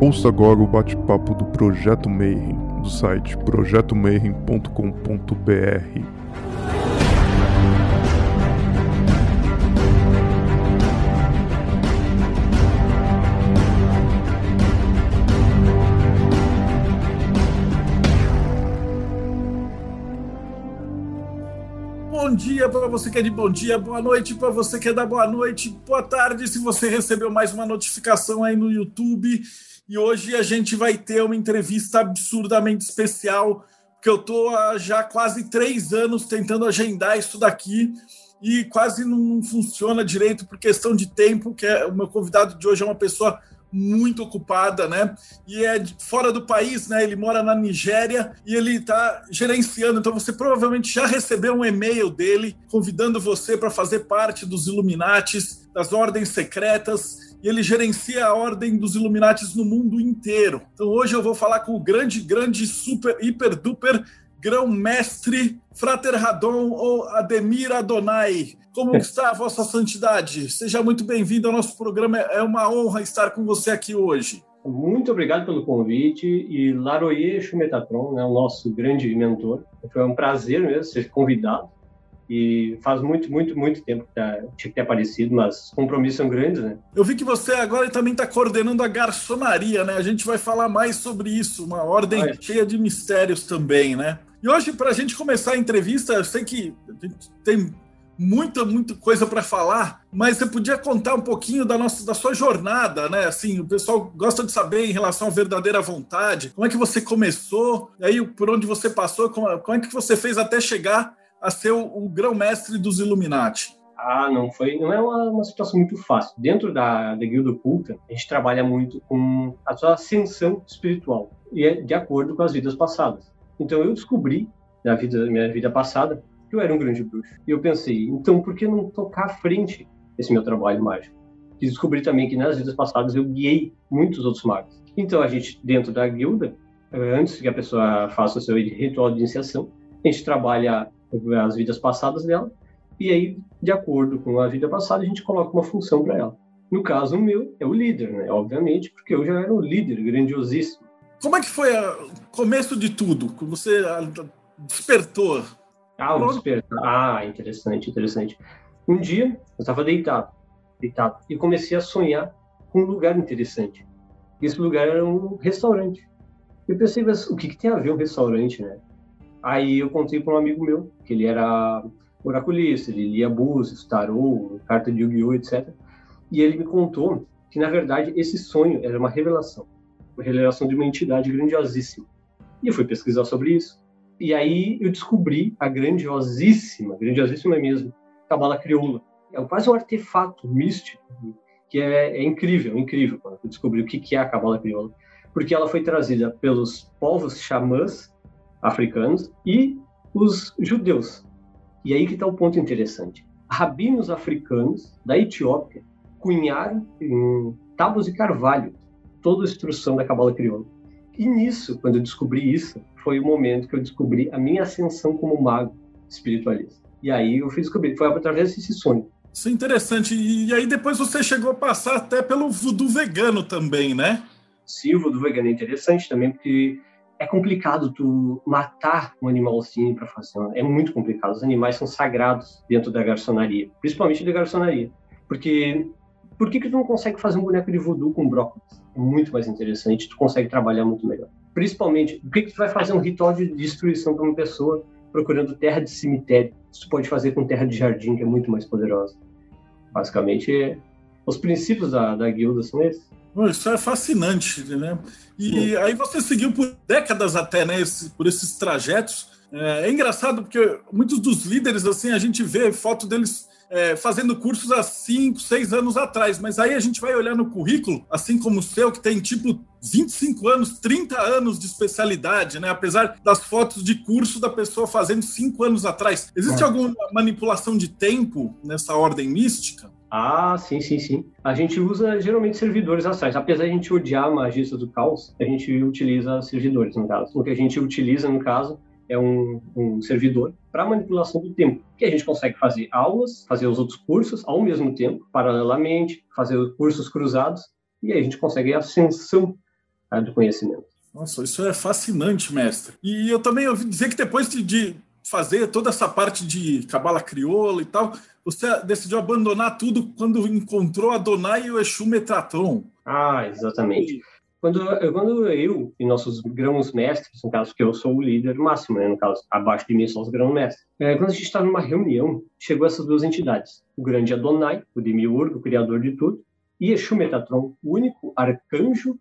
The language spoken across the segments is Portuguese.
Ouça agora o bate-papo do Projeto Mayhem, do site projetomayhem.com.br. Bom dia para você que é de bom dia, boa noite para você que é da boa noite, boa tarde se você recebeu mais uma notificação aí no YouTube. E hoje a gente vai ter uma entrevista absurdamente especial, porque eu estou há já quase 3 anos tentando agendar isso daqui e quase não funciona direito por questão de tempo, que o meu convidado de hoje é uma pessoa muito ocupada, né? E é fora do país, né? Ele mora na Nigéria e ele está gerenciando. Então você provavelmente já recebeu um e-mail dele convidando você para fazer parte dos Illuminatis, das ordens secretas. E ele gerencia a ordem dos Illuminatis no mundo inteiro. Então hoje eu vou falar com o grande, super, hiper, duper grão-mestre Frater Radon ou Ademir Adonai. Como está a vossa santidade? Seja muito bem-vindo ao nosso programa. É uma honra estar com você aqui hoje. Muito obrigado pelo convite. E Laroye Shumetatron, né, o nosso grande mentor. Foi um prazer mesmo ser convidado. E faz muito tempo que tinha que ter aparecido, mas os compromissos são grandes, né? Eu vi que você agora também está coordenando a garçonaria, né? A gente vai falar mais sobre isso, uma ordem cheia de mistérios também, né? E hoje, para a gente começar a entrevista, eu sei que a gente tem muita coisa para falar, mas você podia contar um pouquinho da sua jornada, né? Assim, o pessoal gosta de saber em relação à verdadeira vontade, como é que você começou, e aí por onde você passou, como é que você fez até chegar a ser o grão-mestre dos Illuminati? Não é uma situação muito fácil. Dentro da Guilda Oculta, a gente trabalha muito com a sua ascensão espiritual, e é de acordo com as vidas passadas. Então eu descobri, na minha vida passada, que eu era um grande bruxo. E eu pensei, então por que não tocar à frente esse meu trabalho mágico? E descobri também que nas vidas passadas eu guiei muitos outros magos. Então a gente, dentro da guilda, antes que a pessoa faça o seu ritual de iniciação, a gente trabalha as vidas passadas dela, e aí, de acordo com a vida passada, a gente coloca uma função para ela. No caso, o meu é o líder, né? Obviamente, porque eu já era um líder grandiosíssimo. Como é que foi o começo de tudo? Quando você despertou? O despertar. Interessante. Um dia, eu estava deitado, e comecei a sonhar com um lugar interessante. Esse lugar era um restaurante. Eu pensei, mas o que tem a ver um restaurante, né? Aí eu contei para um amigo meu, que ele era oraculista, ele lia búzios, tarô, carta de Yu-Gi-Oh!, etc. E ele me contou que, na verdade, esse sonho era uma revelação de uma entidade grandiosíssima. E eu fui pesquisar sobre isso. E aí eu descobri a grandiosíssima mesmo, Cabala Crioula. É quase um artefato místico, que é incrível quando eu descobri o que é a Cabala Crioula. Porque ela foi trazida pelos povos xamãs africanos e os judeus. E aí que está o ponto interessante. Rabinos africanos da Etiópia cunharam em tábuas de carvalho toda a instrução da Cabala Crioula. E nisso, quando eu descobri isso, foi o momento que eu descobri a minha ascensão como mago espiritualista. E aí eu fui descobrir, foi através desse sonho. Isso é interessante. E aí depois você chegou a passar até pelo voodoo vegano também, né? Sim, o voodoo vegano é interessante também, porque é complicado tu matar um animal assim para fazer. É muito complicado. Os animais são sagrados dentro da garçonaria, principalmente da garçonaria. Porque por que tu não consegue fazer um boneco de voodoo com brócolis? É muito mais interessante, tu consegue trabalhar muito melhor. Principalmente, por que tu vai fazer um ritual de destruição para uma pessoa procurando terra de cemitério? Isso tu pode fazer com terra de jardim, que é muito mais poderosa. Basicamente, os princípios da guilda são esses. Isso é fascinante, né? E aí você seguiu por décadas até, né? Por esses trajetos. É engraçado porque muitos dos líderes, assim, a gente vê foto deles fazendo cursos há 5, 6 anos atrás, mas aí a gente vai olhar no currículo, assim como o seu, que tem tipo 25 anos, 30 anos de especialidade, né? Apesar das fotos de curso da pessoa fazendo 5 anos atrás. Existe alguma manipulação de tempo nessa ordem mística? Sim. A gente usa geralmente servidores astrais. Apesar de a gente odiar magistas do caos, a gente utiliza servidores, no caso. O que a gente utiliza, no caso, é um servidor para manipulação do tempo, que a gente consegue fazer aulas, fazer os outros cursos ao mesmo tempo, paralelamente, fazer cursos cruzados, e aí a gente consegue a ascensão do conhecimento. Nossa, isso é fascinante, mestre. E eu também ouvi dizer que depois de fazer toda essa parte de cabala crioula e tal, você decidiu abandonar tudo quando encontrou Adonai e o Exu Metatron. Exatamente. Quando eu e nossos grãos-mestres, no caso, que eu sou o líder máximo, né, no caso, abaixo de mim são os grãos-mestres, quando a gente estava numa reunião, chegou essas duas entidades, o grande Adonai, o demiurgo, o criador de tudo, e Exu Metatron, o único arcanjo,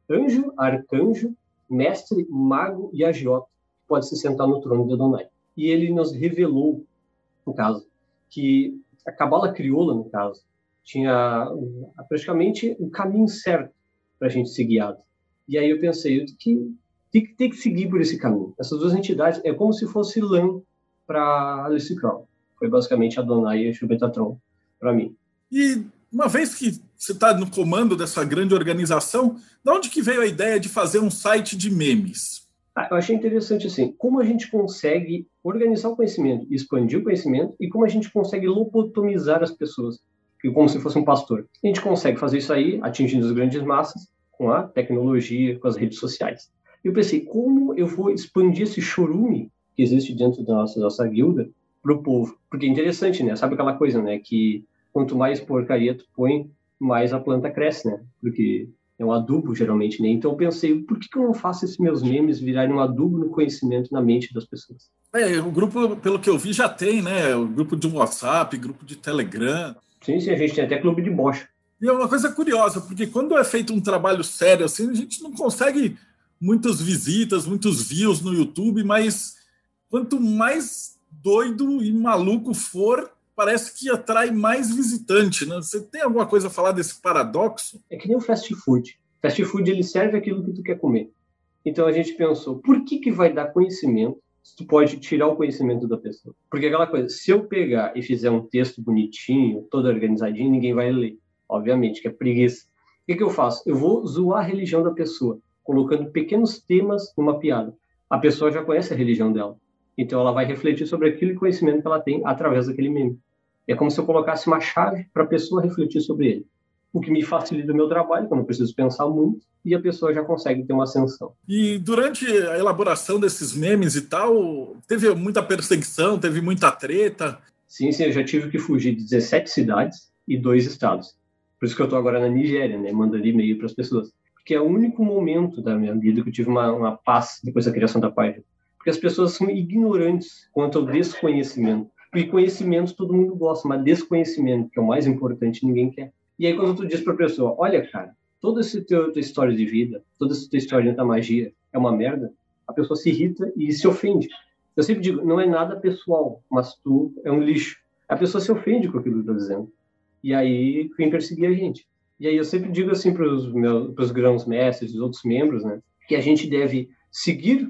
mestre, mago e agiota que pode se sentar no trono de Adonai. E ele nos revelou, no caso, que a cabala crioula, no caso, tinha praticamente o caminho certo para a gente ser guiado. E aí eu pensei, eu tenho que seguir por esse caminho. Essas duas entidades é como se fosse lã para Alice Crow. Foi basicamente Adonai e Exu Metatron para mim. E uma vez que você está no comando dessa grande organização, de onde que veio a ideia de fazer um site de memes? Eu achei interessante assim, como a gente consegue organizar o conhecimento, expandir o conhecimento, e como a gente consegue lobotomizar as pessoas, como se fosse um pastor. A gente consegue fazer isso aí, atingindo as grandes massas, com a tecnologia, com as redes sociais. Eu pensei, como eu vou expandir esse chorume que existe dentro da nossa guilda para o povo? Porque é interessante, né? Sabe aquela coisa, né? Que quanto mais porcaria tu põe, mais a planta cresce, né? Porque é um adubo, geralmente, né? Então eu pensei, por que eu não faço esses meus memes virarem um adubo no conhecimento, na mente das pessoas? O grupo, pelo que eu vi, já tem, né? O grupo de WhatsApp, grupo de Telegram. Sim, a gente tem até clube de bocha. E é uma coisa curiosa, porque quando é feito um trabalho sério assim, a gente não consegue muitas visitas, muitos views no YouTube, mas quanto mais doido e maluco for, parece que atrai mais visitante, né? Você tem alguma coisa a falar desse paradoxo? É que nem o fast food. Fast food, ele serve aquilo que tu quer comer. Então a gente pensou, por que vai dar conhecimento se tu pode tirar o conhecimento da pessoa? Porque aquela coisa, se eu pegar e fizer um texto bonitinho, todo organizadinho, ninguém vai ler. Obviamente, que é preguiça. O que eu faço? Eu vou zoar a religião da pessoa, colocando pequenos temas numa piada. A pessoa já conhece a religião dela. Então ela vai refletir sobre aquele conhecimento que ela tem através daquele meme. É como se eu colocasse uma chave para a pessoa refletir sobre ele. O que me facilita o meu trabalho, quando eu preciso pensar muito, e a pessoa já consegue ter uma ascensão. E durante a elaboração desses memes e tal, teve muita perseguição, teve muita treta? Sim, eu já tive que fugir de 17 cidades e 2 estados. Por isso que eu estou agora na Nigéria, né, mandando e-mail para as pessoas. Porque é o único momento da minha vida que eu tive uma paz depois da criação da página. Porque as pessoas são ignorantes quanto ao desconhecimento. Porque conhecimento todo mundo gosta, mas desconhecimento, que é o mais importante, ninguém quer. E aí quando tu diz para a pessoa, olha, cara, toda essa tua história de vida, toda essa tua história da magia é uma merda, a pessoa se irrita e se ofende. Eu sempre digo, não é nada pessoal, mas tu é um lixo. A pessoa se ofende com aquilo que eu estou dizendo. E aí vem perseguir a gente. E aí eu sempre digo assim para os grãos-mestres, os outros membros, né, que a gente deve seguir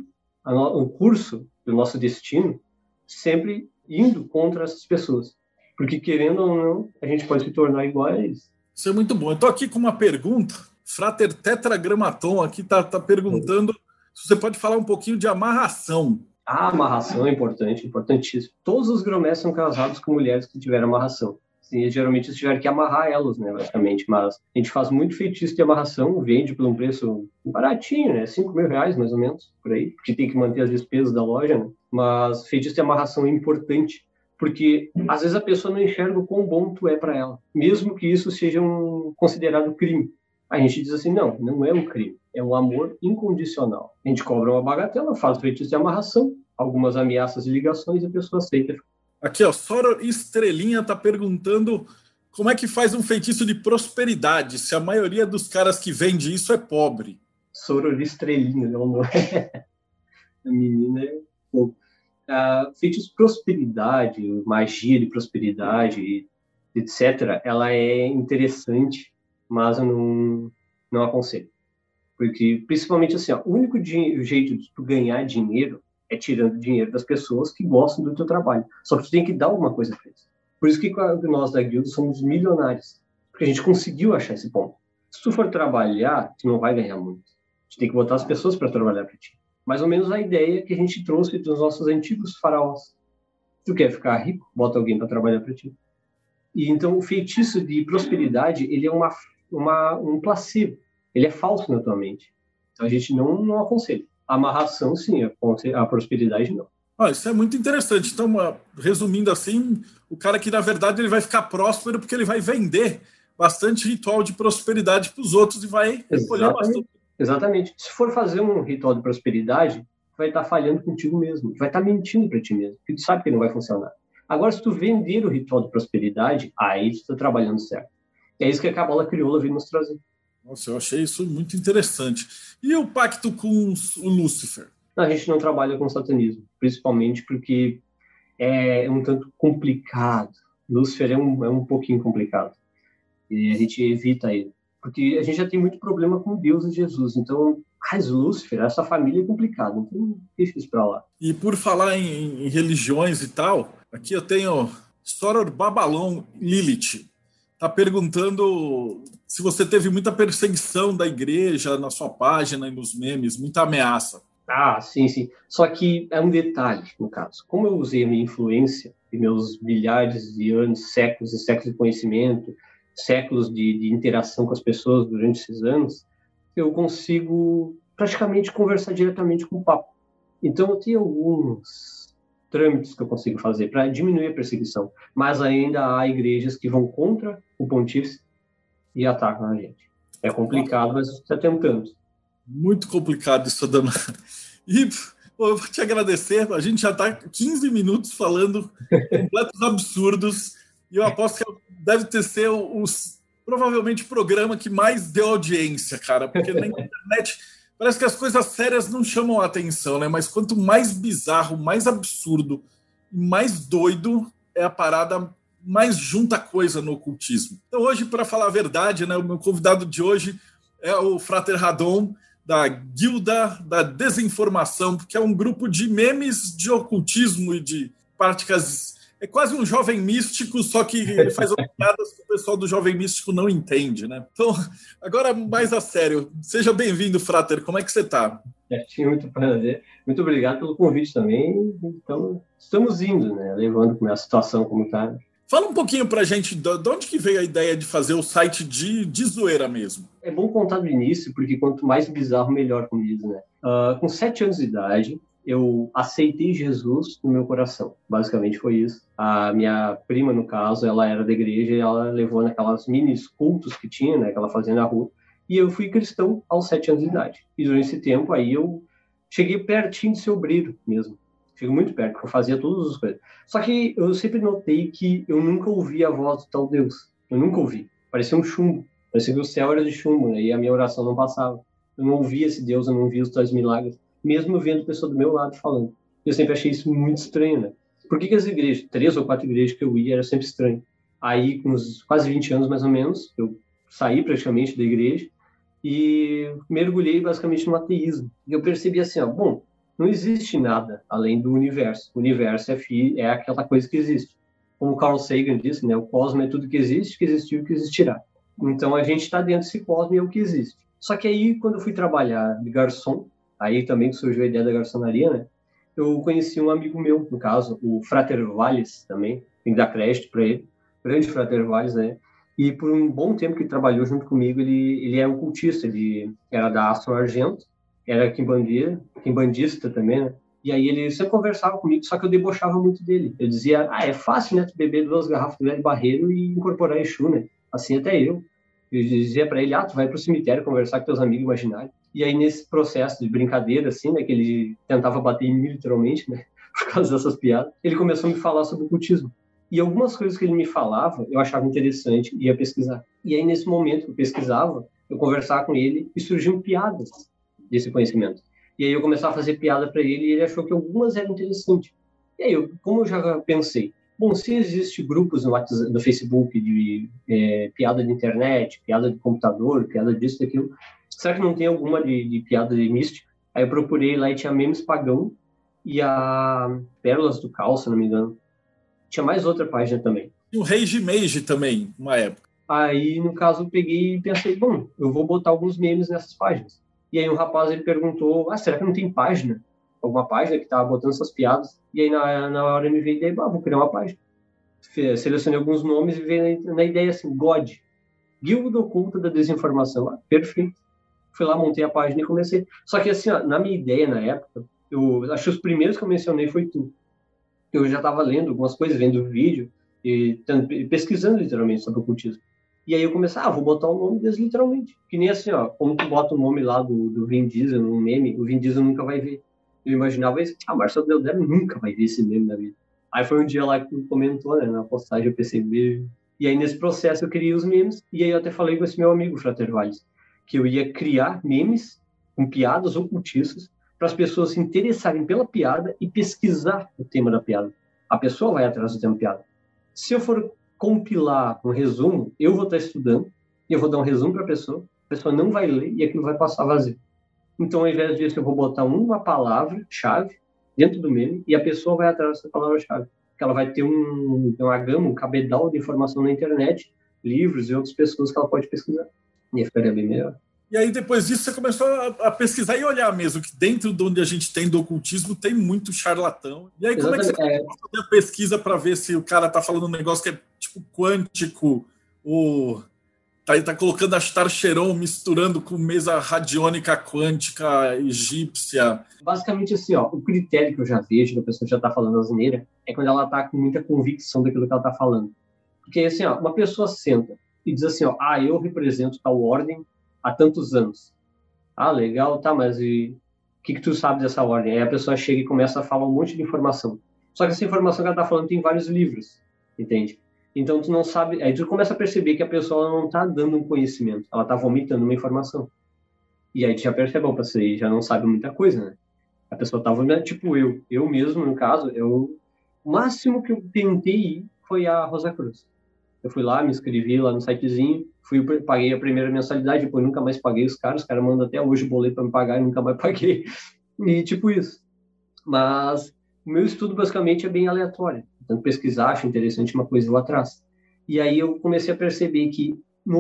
o curso do nosso destino sempre indo contra essas pessoas. Porque, querendo ou não, a gente pode se tornar igual a eles. Isso é muito bom. Eu estou aqui com uma pergunta. Frater Tetragramaton aqui está perguntando se você pode falar um pouquinho de amarração. A amarração é importante, importantíssimo. Todos os grão-mestres são casados com mulheres que tiveram amarração. E geralmente eles tiveram que amarrar elas, né, basicamente. Mas a gente faz muito feitiço de amarração, vende por um preço baratinho, né, R$5.000 mais ou menos, por aí, porque tem que manter as despesas da loja, né. Mas feitiço de amarração é importante, porque às vezes a pessoa não enxerga o quão bom tu é para ela, mesmo que isso seja considerado crime. A gente diz assim, não é um crime, é um amor incondicional. A gente cobra uma bagatela, faz feitiço de amarração, algumas ameaças e ligações e a pessoa aceita. Aqui, ó, Soror Estrelinha está perguntando como é que faz um feitiço de prosperidade, se a maioria dos caras que vende isso é pobre. Soror Estrelinha, não é? A menina é pobre. Feitiço de prosperidade, magia de prosperidade, etc., ela é interessante, mas eu não aconselho. Porque, principalmente assim, o único jeito de tu ganhar dinheiro é tirando dinheiro das pessoas que gostam do teu trabalho. Só que tu tem que dar alguma coisa para eles. Por isso que nós da guilda somos milionários. Porque a gente conseguiu achar esse ponto. Se tu for trabalhar, tu não vai ganhar muito. Tu tem que botar as pessoas para trabalhar para ti. Mais ou menos a ideia que a gente trouxe dos nossos antigos faraós. Tu quer ficar rico? Bota alguém para trabalhar para ti. E então o feitiço de prosperidade, ele é um placebo. Ele é falso na tua mente. Então a gente não aconselha. A amarração, sim, a prosperidade, não. Isso é muito interessante. Então, resumindo assim, o cara que, na verdade, ele vai ficar próspero porque ele vai vender bastante ritual de prosperidade para os outros e vai recolher bastante. Exatamente. Se for fazer um ritual de prosperidade, tu vai estar falhando contigo mesmo, tu vai estar mentindo para ti mesmo, porque tu sabe que não vai funcionar. Agora, se tu vender o ritual de prosperidade, aí tu está trabalhando certo. É isso que a Cabala Crioula veio nos trazer. Nossa, eu achei isso muito interessante. E o pacto com o Lúcifer? A gente não trabalha com satanismo, principalmente porque é um tanto complicado. Lúcifer é um pouquinho complicado. E a gente evita ele. Porque a gente já tem muito problema com Deus e Jesus. Então, Lúcifer, essa família é complicada. Então, deixa isso pra lá. E por falar em religiões e tal, aqui eu tenho Soror Babalon Lilith. Está perguntando se você teve muita perseguição da igreja na sua página e nos memes, muita ameaça. Sim. Só que é um detalhe, no caso. Como eu usei a minha influência e meus milhares de anos, séculos e séculos de conhecimento, séculos de interação com as pessoas durante esses anos, eu consigo praticamente conversar diretamente com o Papa. Então, eu tenho alguns trâmites que eu consigo fazer para diminuir a perseguição, mas ainda há igrejas que vão contra o pontífice e atacam a gente. É complicado, mas está tentando. Muito complicado isso, Dana. E eu vou te agradecer. A gente já está 15 minutos falando completos absurdos. E eu aposto que deve ter sido provavelmente o programa que mais deu audiência, cara. Porque na internet parece que as coisas sérias não chamam a atenção, né? Mas quanto mais bizarro, mais absurdo e mais doido é a parada, mais junta coisa no ocultismo. Então hoje, para falar a verdade, né, o meu convidado de hoje é o Frater Radon, da Guilda da Desinformação, que é um grupo de memes de ocultismo e de práticas. É quase um jovem místico, só que ele faz piadas que o pessoal do jovem místico não entende, né? Então, agora mais a sério. Seja bem-vindo, Frater. Como é que você está? Muito prazer. Muito obrigado pelo convite também. Então, estamos indo, né? Levando a situação como está. Fala um pouquinho pra gente de onde que veio a ideia de fazer o site de zoeira mesmo. É bom contar do início, porque quanto mais bizarro, melhor, como diz, né? Com 7 anos de idade, eu aceitei Jesus no meu coração. Basicamente foi isso. A minha prima, no caso, ela era da igreja e ela levou naquelas mini cultos que tinha, né? Que ela fazia na rua. E eu fui cristão aos 7 anos de idade. E durante esse tempo aí eu cheguei pertinho de ser obreiro mesmo. Cheguei muito perto, porque eu fazia todas as coisas. Só que eu sempre notei que eu nunca ouvi a voz do tal Deus. Eu nunca ouvi. Parecia um chumbo. Parecia que o céu era de chumbo, né? E a minha oração não passava. Eu não ouvia esse Deus, eu não via os tais milagres. Mesmo vendo pessoa do meu lado falando. Eu sempre achei isso muito estranho, né? Por que as igrejas, 3 ou 4 igrejas que eu ia, era sempre estranho? Aí, com uns quase 20 anos, mais ou menos, eu saí praticamente da igreja e mergulhei basicamente no ateísmo. E eu percebi assim, bom, não existe nada além do universo. O universo é aquela coisa que existe. Como Carl Sagan disse, né? O cosmos é tudo que existe, que existiu e que existirá. Então, a gente está dentro desse cosmos e é o que existe. Só que aí, quando eu fui trabalhar de garçom, aí também surgiu a ideia da garçonaria, né? Eu conheci um amigo meu, no caso, o Frater Valles também, tem que dar crédito para ele, grande Frater Valles, né? E por um bom tempo que ele trabalhou junto comigo, ele era um cultista, ele era da Astro Argento, era quimbandista também, né? E aí ele sempre conversava comigo, só que eu debochava muito dele. Eu dizia, é fácil, né, tu beber 2 garrafas de velho barreiro e incorporar Exu, né? Assim até eu. Eu dizia para ele, tu vai pro cemitério conversar com teus amigos imaginários. E aí nesse processo de brincadeira, assim, né, que ele tentava bater em mim literalmente, né, por causa dessas piadas, ele começou a me falar sobre o cultismo. E algumas coisas que ele me falava, eu achava interessante e ia pesquisar. E aí nesse momento que eu pesquisava, eu conversava com ele e surgiam piadas desse conhecimento. E aí eu começava a fazer piada para ele e ele achou que algumas eram interessantes. E aí, como eu já pensei, bom, se existe grupos no WhatsApp, no Facebook de piada de internet, piada de computador, piada disso, daquilo, será que não tem alguma de piada de mística? Aí eu procurei lá e tinha Memes Pagão e a Pérolas do Caos, se não me engano. Tinha mais outra página também. E o Rage Mage também, uma época. Aí, no caso, eu peguei e pensei, bom, eu vou botar alguns memes nessas páginas. E aí um rapaz, ele perguntou, será que não tem página? Alguma página que tava botando essas piadas? E aí na hora me veio a ideia, vou criar uma página. Selecionei alguns nomes e veio na ideia assim, God, Guilda Oculta da Desinformação. Perfeito. Fui lá, montei a página e comecei. Só que assim, ó, na minha ideia, na época, eu acho que os primeiros que eu mencionei foi tu. Eu já estava lendo algumas coisas, vendo vídeo e pesquisando literalmente sobre o ocultismo. E aí eu comecei, vou botar o nome deles literalmente. Que nem assim, ó, como tu bota o nome lá do Vin Diesel no meme, o Vin Diesel nunca vai ver. Eu imaginava isso, Marcelo Deldeb nunca vai ver esse meme na vida. Aí foi um dia lá que tu comentou, né, na postagem, eu pensei, beijo. E aí nesse processo eu criei os memes, e aí eu até falei com esse meu amigo, Frater Valles, que eu ia criar memes com piadas ocultistas para as pessoas se interessarem pela piada e pesquisar o tema da piada. A pessoa vai atrás do tema da piada. Se eu for compilar um resumo, eu vou estar estudando, e eu vou dar um resumo para a pessoa não vai ler e aquilo vai passar vazio. Então, ao invés disso, eu vou botar uma palavra-chave dentro do meme e a pessoa vai atrás dessa palavra-chave. Porque ela vai ter uma gama, um cabedal de informação na internet, livros e outras pessoas que ela pode pesquisar. E aí ficaria bem melhor. E aí, depois disso, você começou a pesquisar e olhar mesmo, que dentro de onde a gente tem do ocultismo, tem muito charlatão. E aí, como é que você fazer a pesquisa para ver se o cara tá falando um negócio que é tipo quântico, ou tá colocando a Ashtar Sheron misturando com mesa radiônica quântica egípcia? Basicamente assim, ó, o critério que eu já vejo, que a pessoa já tá falando asneira, é quando ela tá com muita convicção daquilo que ela tá falando. Porque assim, ó, uma pessoa senta e diz assim, ó, eu represento tal ordem há tantos anos. Legal, tá, mas e o que tu sabe dessa ordem? Aí a pessoa chega e começa a falar um monte de informação. Só que essa informação que ela tá falando tem vários livros, entende? Então tu não sabe, aí tu começa a perceber que a pessoa não tá dando um conhecimento, ela tá vomitando uma informação. E aí tu já percebe, você aí já não sabe muita coisa, né? A pessoa tá vomitando, tipo eu mesmo, no caso, o máximo que eu tentei ir foi a Rosa Cruz. Eu fui lá, me inscrevi lá no sitezinho, paguei a primeira mensalidade, depois nunca mais paguei os caras mandam até hoje boleto para me pagar e nunca mais paguei. E tipo isso. Mas o meu estudo basicamente é bem aleatório. Tanto pesquisar, acho interessante uma coisa lá atrás. E aí eu comecei a perceber que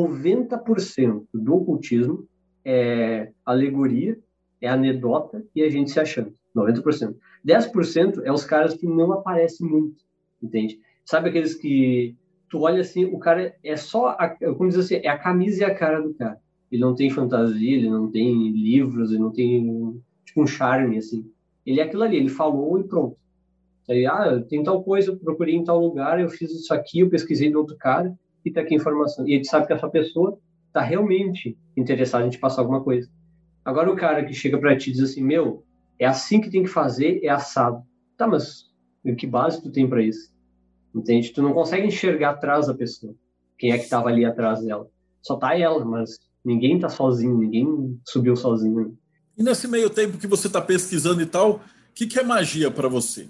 90% do ocultismo é alegoria, é anedota e a gente se achando. 90%. 10% é os caras que não aparecem muito, entende? Sabe aqueles que tu olha assim, o cara é só, como diz assim, é a camisa e a cara do cara. Ele não tem fantasia, ele não tem livros, ele não tem tipo um charme, assim. Ele é aquilo ali, ele falou e pronto. Aí, tem tal coisa, eu procurei em tal lugar, eu fiz isso aqui, eu pesquisei do outro cara e tá aqui a informação. E a gente sabe que essa pessoa tá realmente interessada em te passar alguma coisa. Agora o cara que chega pra ti e diz assim, é assim que tem que fazer, é assado. Tá, mas que base tu tem pra isso? Entende? Tu não consegue enxergar atrás da pessoa. Quem é que estava ali atrás dela? Só tá ela, mas ninguém tá sozinho, ninguém subiu sozinho. E nesse meio tempo que você tá pesquisando e tal, o que é magia para você?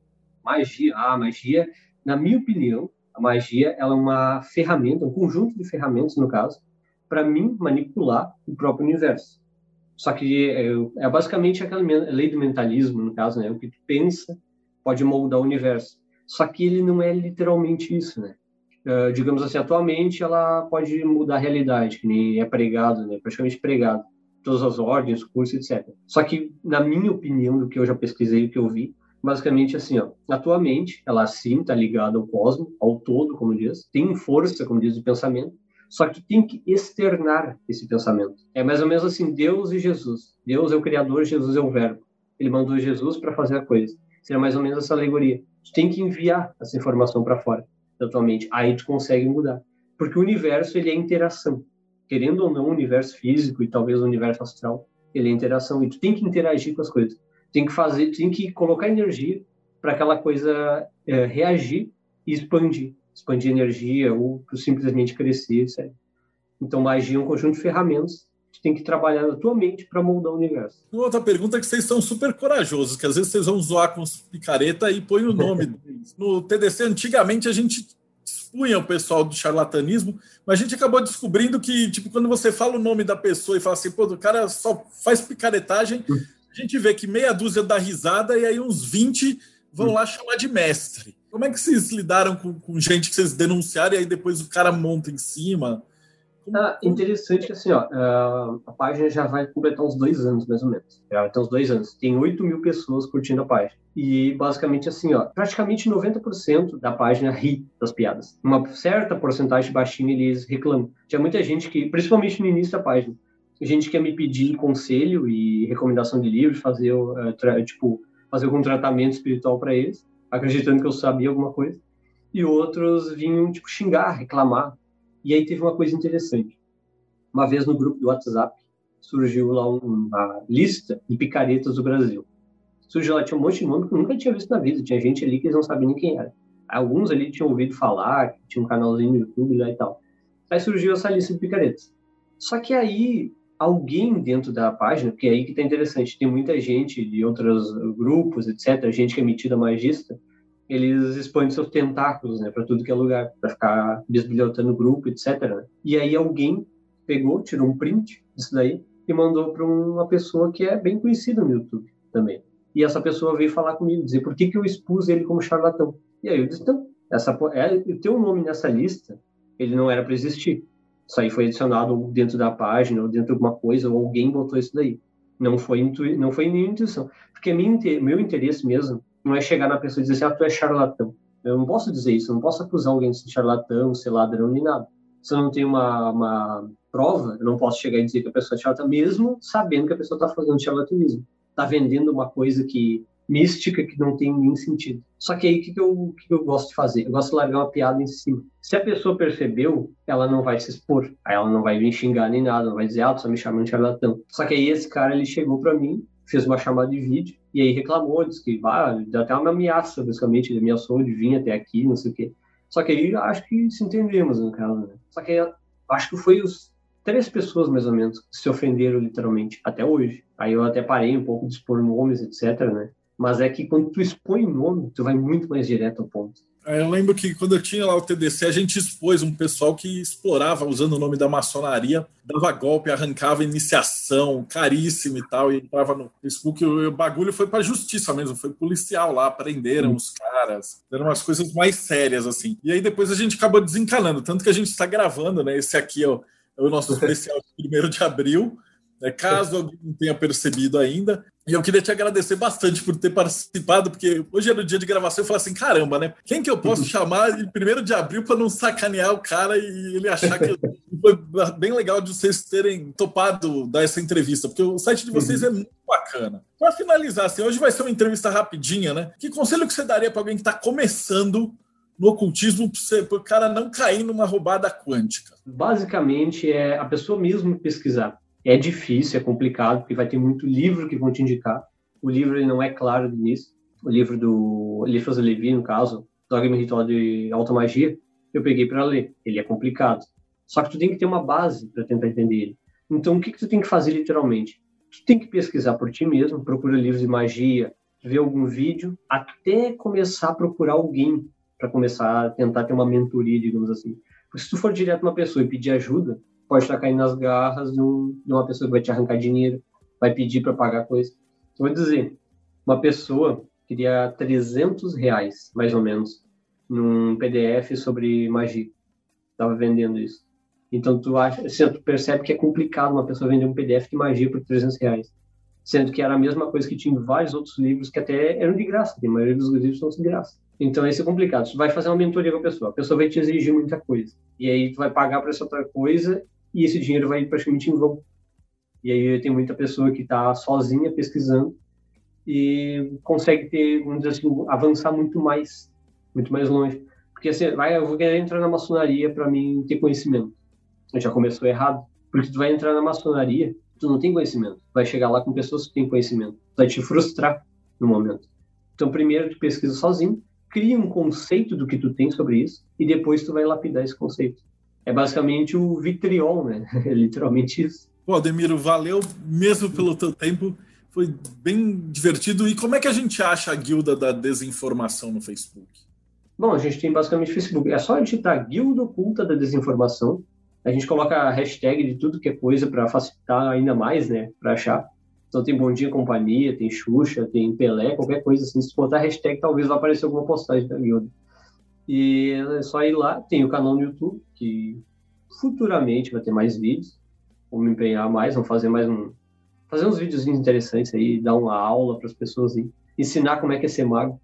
Magia, na minha opinião, a magia ela é uma ferramenta, um conjunto de ferramentas, no caso, para mim manipular o próprio universo. Só que é basicamente aquela lei do mentalismo, no caso, né? O que tu pensa pode moldar o universo. Só que ele não é literalmente isso, né? Digamos assim, atualmente ela pode mudar a realidade, que nem é pregado, né? Praticamente pregado. Todas as ordens, cursos, etc. Só que, na minha opinião, do que eu já pesquisei, do que eu vi, basicamente assim, atualmente ela sim está ligada ao cosmos, ao todo, como diz, tem força, como diz o pensamento, só que tem que externar esse pensamento. É mais ou menos assim, Deus e Jesus. Deus é o Criador, Jesus é o Verbo. Ele mandou Jesus para fazer a coisa. Seria mais ou menos essa alegoria. Tu tem que enviar essa informação para fora da tua mente. Aí tu consegue mudar. Porque o universo, ele é interação. Querendo ou não, o universo físico e talvez o universo astral, ele é interação. E tu tem que interagir com as coisas. Tem que colocar energia para aquela coisa reagir e expandir. Expandir energia ou simplesmente crescer, etc. Então, magia é um conjunto de ferramentas que tu tem que trabalhar na tua mente para moldar o universo. Outra pergunta é que vocês são super corajosos, que às vezes vocês vão zoar com os picareta e põem o nome deles. No TDC, antigamente, a gente expunha o pessoal do charlatanismo, mas a gente acabou descobrindo que, tipo, quando você fala o nome da pessoa e fala assim, o cara só faz picaretagem, a gente vê que meia dúzia dá risada e aí uns 20 vão lá chamar de mestre. Como é que vocês lidaram com gente que vocês denunciaram e aí depois o cara monta em cima? Interessante que assim, a página já vai completar uns 2 anos, mais ou menos. Já vai ter uns 2 anos. Tem 8.000 pessoas curtindo a página. E basicamente assim, praticamente 90% da página ri das piadas. Uma certa porcentagem baixinha eles reclamam. Tinha muita gente que, principalmente no início da página, gente que ia me pedir conselho e recomendação de livros, fazer algum tratamento espiritual para eles, acreditando que eu sabia alguma coisa. E outros vinham, xingar, reclamar. E aí teve uma coisa interessante. Uma vez no grupo do WhatsApp, surgiu lá uma lista de picaretas do Brasil. Surgiu lá, tinha um monte de nome que eu nunca tinha visto na vida. Tinha gente ali que eles não sabiam nem quem era. Alguns ali tinham ouvido falar, tinha um canalzinho no YouTube lá e tal. Aí surgiu essa lista de picaretas. Só que aí, alguém dentro da página, porque é aí que tá interessante, tem muita gente de outros grupos, etc., gente que é metida magista, eles expõem seus tentáculos, né, para tudo que é lugar, para ficar bisbilhotando o grupo, etc., né? E aí alguém pegou, tirou um print disso daí e mandou para uma pessoa que é bem conhecida no YouTube também. E essa pessoa veio falar comigo, dizer por que eu expus ele como charlatão. E aí eu disse, então, o teu nome nessa lista, ele não era para existir. Isso aí foi adicionado dentro da página, ou dentro de alguma coisa, ou alguém botou isso daí. Não foi nenhuma intuição. Porque meu interesse mesmo não é chegar na pessoa e dizer assim, tu é charlatão. Eu não posso dizer isso, eu não posso acusar alguém de ser charlatão, ser ladrão, nem nada. Se eu não tenho uma prova, eu não posso chegar e dizer que a pessoa é charlatã, mesmo sabendo que a pessoa está fazendo charlatanismo. Está vendendo uma coisa mística que não tem nenhum sentido. Só que aí, o que eu gosto de fazer? Eu gosto de largar uma piada em cima. Se a pessoa percebeu, ela não vai se expor. Aí ela não vai vir xingar nem nada, não vai dizer, tu tá me chamando de charlatão. Só que aí esse cara, ele chegou pra mim, fez uma chamada de vídeo, e aí reclamou, disse que, deu até uma ameaça, basicamente, ele ameaçou de vir até aqui, não sei o quê. Só que aí, acho que se entendemos, no caso, né? Só que aí, acho que foi os 3 pessoas, mais ou menos, que se ofenderam, literalmente, até hoje. Aí eu até parei um pouco de expor nomes, etc., né? Mas é que quando tu expõe nome, tu vai muito mais direto ao ponto. Eu lembro que quando eu tinha lá o TDC, a gente expôs um pessoal que explorava usando o nome da maçonaria, dava golpe, arrancava iniciação, caríssimo e tal, e entrava no Facebook. O bagulho foi pra justiça mesmo, foi policial lá, prenderam os caras, eram umas coisas mais sérias, assim. E aí depois a gente acabou desencanando, tanto que a gente está gravando, né? Esse aqui é o nosso especial de 1º de abril, caso alguém não tenha percebido ainda. E eu queria te agradecer bastante por ter participado, porque hoje era o dia de gravação, eu falei assim, caramba, né? Quem que eu posso chamar de 1º de abril para não sacanear o cara e ele achar que foi bem legal de vocês terem topado dar essa entrevista, porque o site de vocês é muito bacana. Para finalizar, assim, hoje vai ser uma entrevista rapidinha, né? Que conselho que você daria para alguém que está começando no ocultismo para o cara não cair numa roubada quântica? Basicamente, é a pessoa mesmo pesquisar. É difícil, é complicado, porque vai ter muito livro que vão te indicar. O livro ele não é claro nisso. O livro do Eliphas Levi, no caso, Dogma e Ritual de Automagia, eu peguei para ler. Ele é complicado. Só que tu tem que ter uma base para tentar entender ele. Então, o que tu tem que fazer literalmente? Tu tem que pesquisar por ti mesmo, procura livros de magia, ver algum vídeo, até começar a procurar alguém para começar a tentar ter uma mentoria, digamos assim. Porque se tu for direto uma pessoa e pedir ajuda, pode estar caindo nas garras de uma pessoa que vai te arrancar dinheiro, vai pedir para pagar coisa. Vou dizer, uma pessoa queria R$300, mais ou menos, num PDF sobre magia. Estava vendendo isso. Então, tu percebe que é complicado uma pessoa vender um PDF de magia por R$300. Sendo que era a mesma coisa que tinha em vários outros livros que até eram de graça. A maioria dos livros são de graça. Então, isso é complicado. Tu vai fazer uma mentoria com a pessoa vai te exigir muita coisa. E aí, tu vai pagar por essa outra coisa e esse dinheiro vai praticamente em vão. E aí tem muita pessoa que está sozinha pesquisando e consegue ter, vamos dizer assim, avançar muito mais longe. Porque assim, eu vou querer entrar na maçonaria para mim ter conhecimento. Já começou errado. Porque tu vai entrar na maçonaria, tu não tem conhecimento. Vai chegar lá com pessoas que têm conhecimento. Tu vai te frustrar no momento. Então, primeiro tu pesquisa sozinho, cria um conceito do que tu tem sobre isso e depois tu vai lapidar esse conceito. É basicamente o vitriol, né? É literalmente isso. Pô, Ademiro, valeu mesmo pelo teu tempo. Foi bem divertido. E como é que a gente acha a Guilda da Desinformação no Facebook? Bom, a gente tem basicamente Facebook. É só digitar Guilda Oculta da Desinformação. A gente coloca a hashtag de tudo que é coisa para facilitar ainda mais, né? Para achar. Então tem Bom Dia Companhia, tem Xuxa, tem Pelé, qualquer coisa assim. Se botar hashtag, talvez vai aparecer alguma postagem da Guilda. E é só ir lá, tem o canal no YouTube, que futuramente vai ter mais vídeos. Vamos me empenhar mais, vamos fazer fazer uns vídeos interessantes aí, dar uma aula para as pessoas aí, ensinar como é que é ser mago.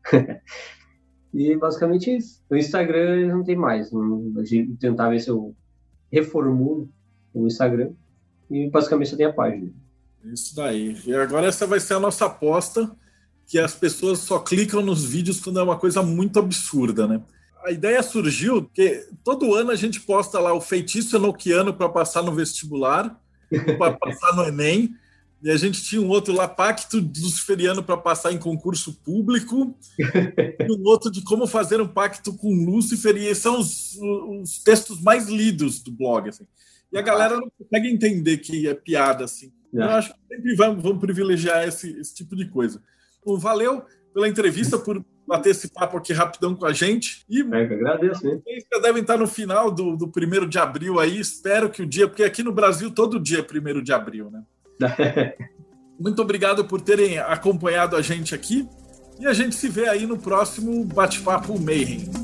E basicamente isso. No Instagram não tem mais. A gente tentar ver se eu reformulo o Instagram. e basicamente você tem a página. Isso daí. E agora essa vai ser a nossa aposta, que as pessoas só clicam nos vídeos quando é uma coisa muito absurda, né? A ideia surgiu porque todo ano a gente posta lá o feitiço enoquiano para passar no vestibular, para passar no Enem, e a gente tinha um outro lá, pacto luciferiano para passar em concurso público, e um outro de como fazer um pacto com Lúcifer, e esses são os textos mais lidos do blog, assim. E a galera não consegue entender que é piada, assim. Eu acho que sempre vamos privilegiar esse tipo de coisa. Bom, valeu pela entrevista, por bater esse papo aqui rapidão com a gente. E eu agradeço, hein? Vocês já devem estar no final do 1º de abril aí. Espero que o dia, porque aqui no Brasil todo dia é 1º de abril, né? Muito obrigado por terem acompanhado a gente aqui. E a gente se vê aí no próximo Bate-Papo Mayhem.